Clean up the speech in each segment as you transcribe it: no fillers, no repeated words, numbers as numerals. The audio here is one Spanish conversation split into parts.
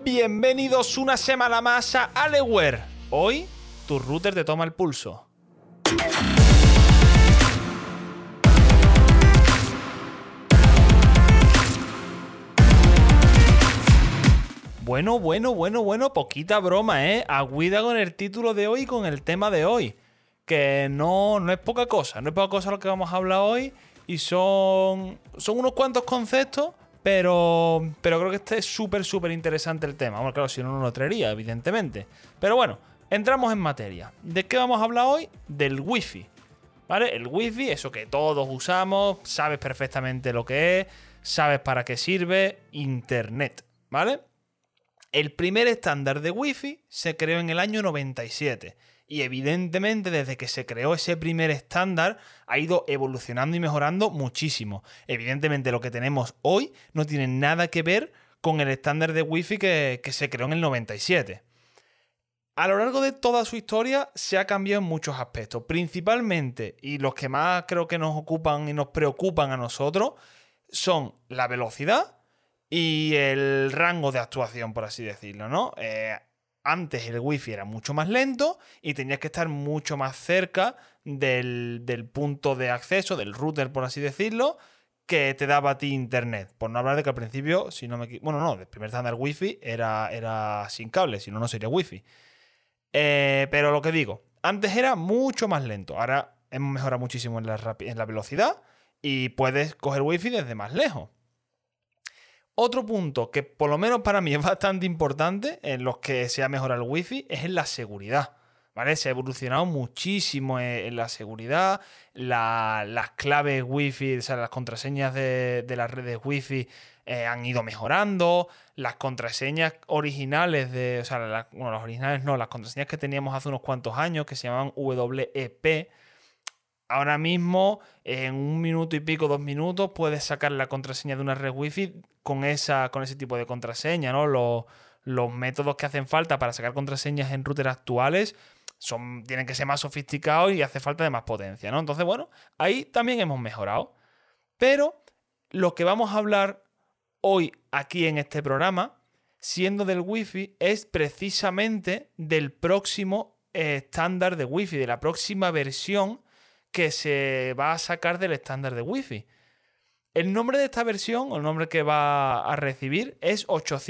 Bienvenidos una semana más a Alienware. Hoy, tu router te toma el pulso. Bueno, poquita broma, ¿eh? Agüita con el título de hoy y con el tema de hoy. Que no es poca cosa, no es poca cosa lo que vamos a hablar hoy. Y son unos cuantos conceptos, pero creo que este es súper interesante el tema. Bueno, claro, si no lo traería, evidentemente. Pero bueno, entramos en materia. ¿De qué vamos a hablar hoy? Del Wi-Fi, ¿vale? El Wi-Fi, eso que todos usamos, sabes perfectamente lo que es, sabes para qué sirve, Internet, ¿vale? El primer estándar de Wi-Fi se creó en el año 97 y evidentemente desde que se creó ese primer estándar ha ido evolucionando y mejorando muchísimo. Evidentemente lo que tenemos hoy no tiene nada que ver con el estándar de Wi-Fi que se creó en el 97. A lo largo de toda su historia se ha cambiado en muchos aspectos, principalmente, y los que más creo que nos ocupan y nos preocupan a nosotros, son la velocidad y el rango de actuación, por así decirlo, ¿no? Antes el Wi-Fi era mucho más lento y tenías que estar mucho más cerca del punto de acceso, del router, por así decirlo, que te daba a ti Internet. Por no hablar de que al principio, si no me equivoco... Bueno, no, el primer estándar Wi-Fi era sin cable, si no sería Wi-Fi. Pero lo que digo, antes era mucho más lento. Ahora hemos mejorado muchísimo en la velocidad y puedes coger Wi-Fi desde más lejos. Otro punto que por lo menos para mí es bastante importante en los que se ha mejorado el Wi-Fi es en la seguridad, ¿vale? Se ha evolucionado muchísimo en la seguridad, las claves Wi-Fi, o sea, las contraseñas de las redes Wi-Fi han ido mejorando, las contraseñas originales las originales no, las contraseñas que teníamos hace unos cuantos años que se llamaban WEP. Ahora mismo, en 1 minuto y pico, 2 minutos, puedes sacar la contraseña de una red Wi-Fi con ese tipo de contraseña, ¿no? Los métodos que hacen falta para sacar contraseñas en routers actuales tienen que ser más sofisticados y hace falta de más potencia, ¿no? Entonces, bueno, ahí también hemos mejorado. Pero lo que vamos a hablar hoy aquí en este programa, siendo del Wi-Fi, es precisamente del próximo estándar de Wi-Fi, de la próxima versión que se va a sacar del estándar de Wi-Fi. El nombre de esta versión, o el nombre que va a recibir, es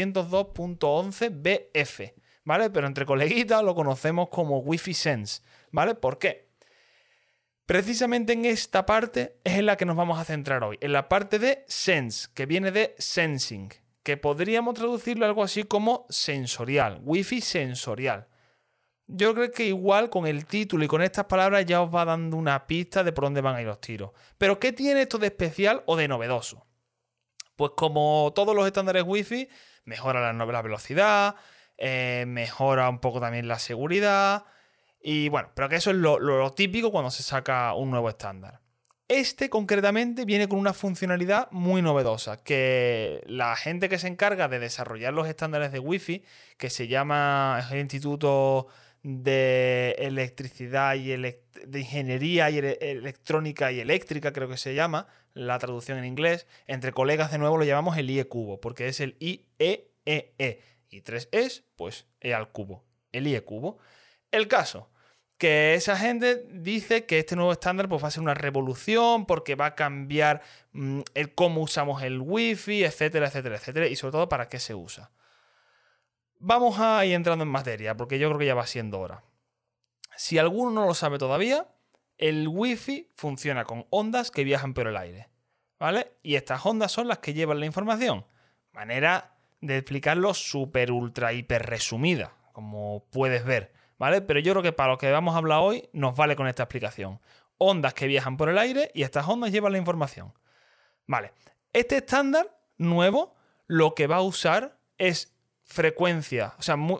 802.11bf, ¿vale? Pero entre coleguitas lo conocemos como Wi-Fi Sense, ¿vale? ¿Por qué? Precisamente en esta parte es en la que nos vamos a centrar hoy, en la parte de Sense, que viene de Sensing, que podríamos traducirlo algo así como sensorial, Wi-Fi sensorial. Yo creo que igual con el título y con estas palabras ya os va dando una pista de por dónde van a ir los tiros. Pero ¿qué tiene esto de especial o de novedoso? Pues como todos los estándares Wi-Fi, mejora la velocidad, mejora un poco también la seguridad. Y bueno, pero que eso es lo típico cuando se saca un nuevo estándar. Este concretamente viene con una funcionalidad muy novedosa, que la gente que se encarga de desarrollar los estándares de Wi-Fi, que se llama el Instituto de Electricidad y de Ingeniería y Electrónica y Eléctrica, creo que se llama, la traducción en inglés. Entre colegas de nuevo lo llamamos el IE cubo, porque es el IEEE. Y 3 es, pues, E al cubo. El IE cubo. El caso, que esa gente dice que este nuevo estándar pues, va a ser una revolución porque va a cambiar el cómo usamos el Wi-Fi, etcétera, y sobre todo para qué se usa. Vamos a ir entrando en materia, porque yo creo que ya va siendo hora. Si alguno no lo sabe todavía, el Wi-Fi funciona con ondas que viajan por el aire, ¿vale? Y estas ondas son las que llevan la información. Manera de explicarlo súper, ultra, hiper resumida, como puedes ver, ¿vale? Pero yo creo que para lo que vamos a hablar hoy nos vale con esta explicación. Ondas que viajan por el aire y estas ondas llevan la información. Vale. Este estándar nuevo lo que va a usar es frecuencias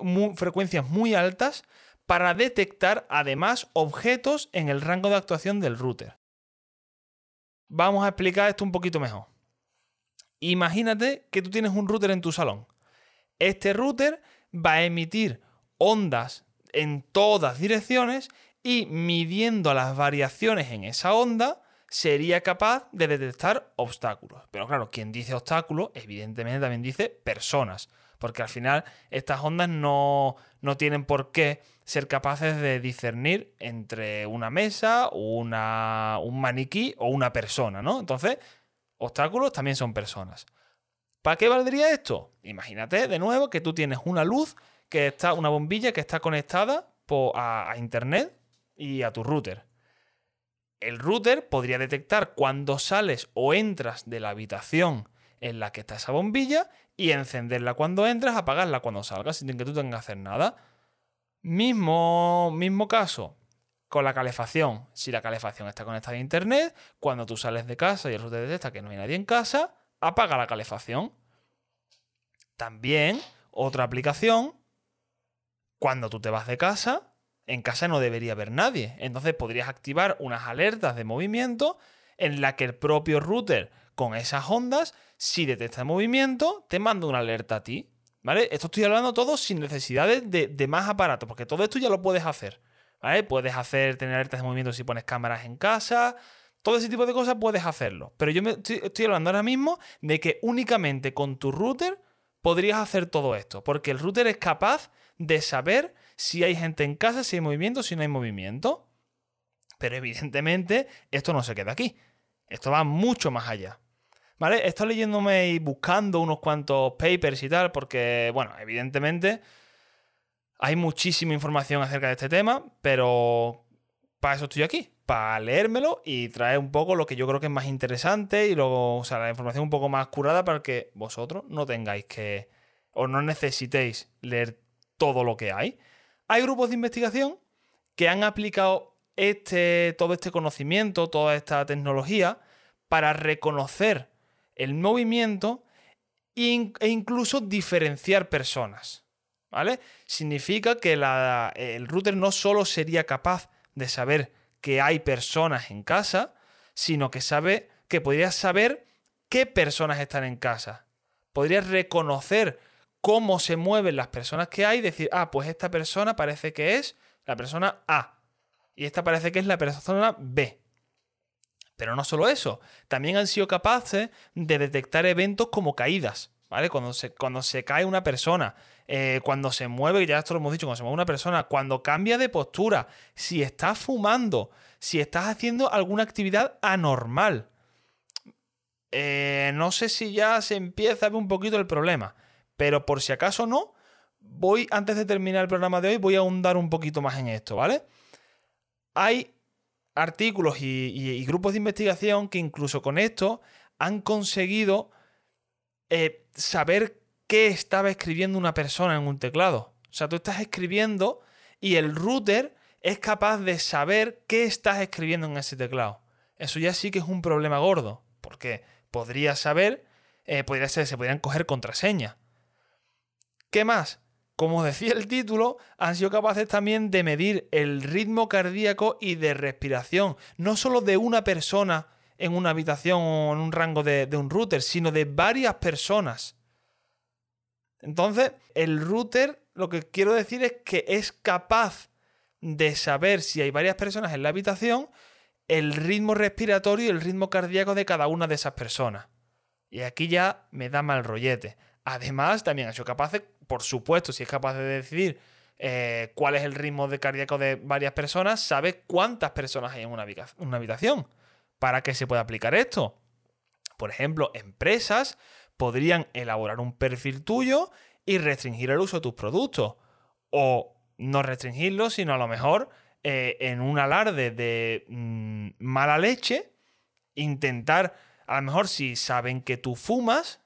muy altas para detectar además objetos en el rango de actuación del router. Vamos a explicar esto un poquito mejor. Imagínate que tú tienes un router en tu salón. Este router va a emitir ondas en todas direcciones y midiendo las variaciones en esa onda sería capaz de detectar obstáculos. Pero claro, quien dice obstáculos, evidentemente también dice personas. porque al final estas ondas no tienen por qué ser capaces de discernir entre una mesa, un maniquí o una persona, ¿no? Entonces, obstáculos también son personas. ¿Para qué valdría esto? Imagínate de nuevo que tú tienes una luz, una bombilla que está conectada a internet y a tu router. El router podría detectar cuando sales o entras de la habitación en la que está esa bombilla y encenderla cuando entras, apagarla cuando salgas sin que tú tengas que hacer nada. Mismo caso con la calefacción. Si la calefacción está conectada a internet, cuando tú sales de casa y el router detecta que no hay nadie en casa, apaga la calefacción. También, otra aplicación, cuando tú te vas de casa, en casa no debería haber nadie. Entonces podrías activar unas alertas de movimiento en la que el propio router, con esas ondas, si detecta movimiento, te manda una alerta a ti. ¿Vale? Esto estoy hablando todo sin necesidad de más aparatos, porque todo esto ya lo puedes hacer. ¿Vale? Puedes tener alertas de movimiento si pones cámaras en casa. Todo ese tipo de cosas puedes hacerlo. Pero yo estoy hablando ahora mismo de que únicamente con tu router podrías hacer todo esto. Porque el router es capaz de saber si hay gente en casa, si hay movimiento, si no hay movimiento. Pero evidentemente esto no se queda aquí. Esto va mucho más allá. ¿Vale? He estado leyéndome y buscando unos cuantos papers y tal, porque, bueno, evidentemente hay muchísima información acerca de este tema, pero para eso estoy aquí, para leérmelo y traer un poco lo que yo creo que es más interesante y luego, o sea, la información un poco más curada para que vosotros no tengáis que, o no necesitéis leer todo lo que hay. Hay grupos de investigación que han aplicado todo este conocimiento, toda esta tecnología para reconocer el movimiento e incluso diferenciar personas, ¿vale? Significa que el router no solo sería capaz de saber que hay personas en casa, sino que podría saber qué personas están en casa. Podría reconocer cómo se mueven las personas que hay y decir, pues esta persona parece que es la persona A y esta parece que es la persona B. Pero no solo eso, también han sido capaces de detectar eventos como caídas, ¿vale? Cuando se cae una persona, cuando se mueve, ya esto lo hemos dicho, cuando se mueve una persona, cuando cambia de postura, si estás fumando, si estás haciendo alguna actividad anormal. No sé si ya se empieza a ver un poquito el problema, pero por si acaso no, antes de terminar el programa de hoy, voy a ahondar un poquito más en esto, ¿vale? Hay artículos y grupos de investigación que incluso con esto han conseguido saber qué estaba escribiendo una persona en un teclado. O sea, tú estás escribiendo y el router es capaz de saber qué estás escribiendo en ese teclado. Eso ya sí que es un problema gordo, porque podría saber, se podrían coger contraseñas. ¿Qué más? Como decía el título, han sido capaces también de medir el ritmo cardíaco y de respiración, no solo de una persona en una habitación o en un rango de un router, sino de varias personas. Entonces, el router, lo que quiero decir es que es capaz de saber si hay varias personas en la habitación, el ritmo respiratorio y el ritmo cardíaco de cada una de esas personas. Y aquí ya me da mal rollete. Además, también ha sido capaz, por supuesto, si es capaz de decidir cuál es el ritmo cardíaco de varias personas, sabe cuántas personas hay en una habitación. ¿Para qué se puede aplicar esto? Por ejemplo, empresas podrían elaborar un perfil tuyo y restringir el uso de tus productos. O no restringirlo, sino a lo mejor en un alarde de mala leche, intentar, a lo mejor si saben que tú fumas,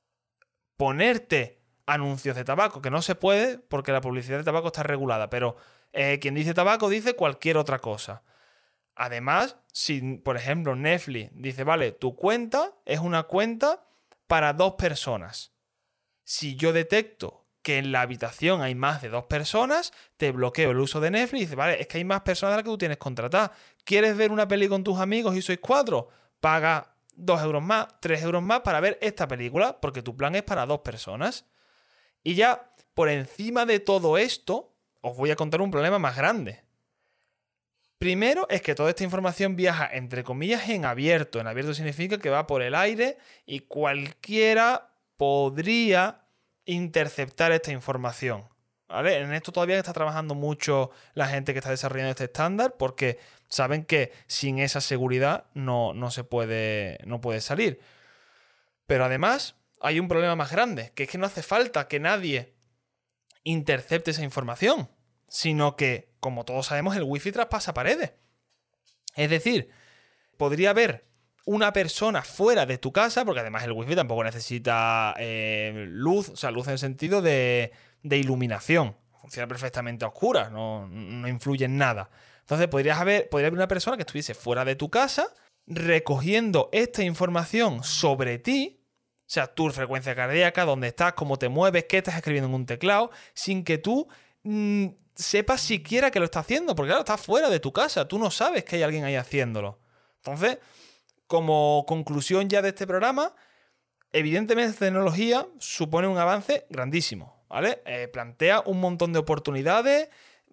ponerte anuncios de tabaco, que no se puede porque la publicidad de tabaco está regulada, pero quien dice tabaco dice cualquier otra cosa. Además, si por ejemplo Netflix dice, vale, tu cuenta es una cuenta para 2 personas. Si yo detecto que en la habitación hay más de 2 personas, te bloqueo el uso de Netflix y dice, vale, es que hay más personas de las que tú tienes contratadas. ¿Quieres ver una peli con tus amigos y sois 4? Paga 2 euros más, 3 euros más para ver esta película, porque tu plan es para 2 personas. Y ya, por encima de todo esto, os voy a contar un problema más grande. Primero es que toda esta información viaja, entre comillas, en abierto. En abierto significa que va por el aire y cualquiera podría interceptar esta información. ¿Vale? En esto todavía está trabajando mucho la gente que está desarrollando este estándar porque saben que sin esa seguridad no puede salir. Pero además hay un problema más grande, que es que no hace falta que nadie intercepte esa información, sino que, como todos sabemos, el wifi traspasa paredes. Es decir, podría haber una persona fuera de tu casa, porque además el wifi tampoco necesita luz, o sea, luz en el sentido de iluminación. Funciona perfectamente a oscuras, no influye en nada. Entonces podría haber una persona que estuviese fuera de tu casa recogiendo esta información sobre ti, o sea, tu frecuencia cardíaca, dónde estás, cómo te mueves, qué estás escribiendo en un teclado, sin que tú sepas siquiera que lo está haciendo, porque claro, está fuera de tu casa, tú no sabes que hay alguien ahí haciéndolo. Entonces, como conclusión ya de este programa, evidentemente esta tecnología supone un avance grandísimo, ¿vale? Plantea un montón de oportunidades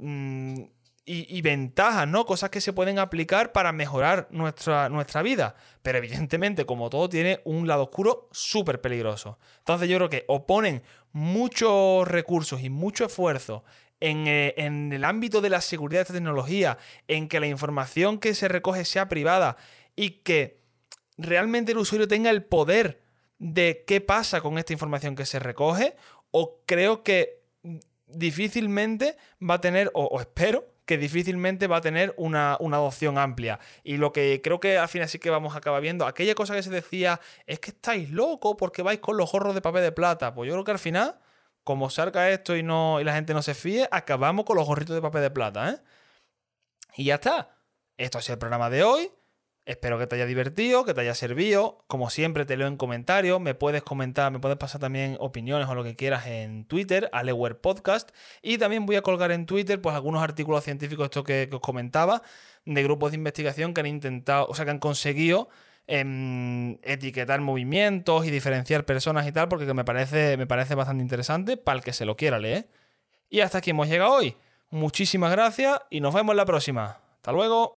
y ventajas, ¿no? Cosas que se pueden aplicar para mejorar nuestra vida. Pero evidentemente, como todo, tiene un lado oscuro súper peligroso. Entonces yo creo que o ponen muchos recursos y mucho esfuerzo en el ámbito de la seguridad de esta tecnología, en que la información que se recoge sea privada y que realmente el usuario tenga el poder de qué pasa con esta información que se recoge, o creo que difícilmente va a tener, o espero que difícilmente va a tener una adopción amplia. Y lo que creo que al final sí que vamos a acabar viendo, aquella cosa que se decía, es que estáis locos porque vais con los gorros de papel de plata. Pues yo creo que al final, como salga esto y la gente no se fíe, acabamos con los gorritos de papel de plata, ¿eh? Y ya está. Esto ha sido el programa de hoy. Espero que te haya divertido, que te haya servido. Como siempre, te leo en comentarios. Me puedes comentar, me puedes pasar también opiniones o lo que quieras en Twitter, Aleware Podcast. Y también voy a colgar en Twitter pues algunos artículos científicos, esto que os comentaba, de grupos de investigación que han intentado, o sea, que han conseguido etiquetar movimientos y diferenciar personas y tal, porque me parece bastante interesante para el que se lo quiera leer. Y hasta aquí hemos llegado hoy. Muchísimas gracias y nos vemos en la próxima. Hasta luego.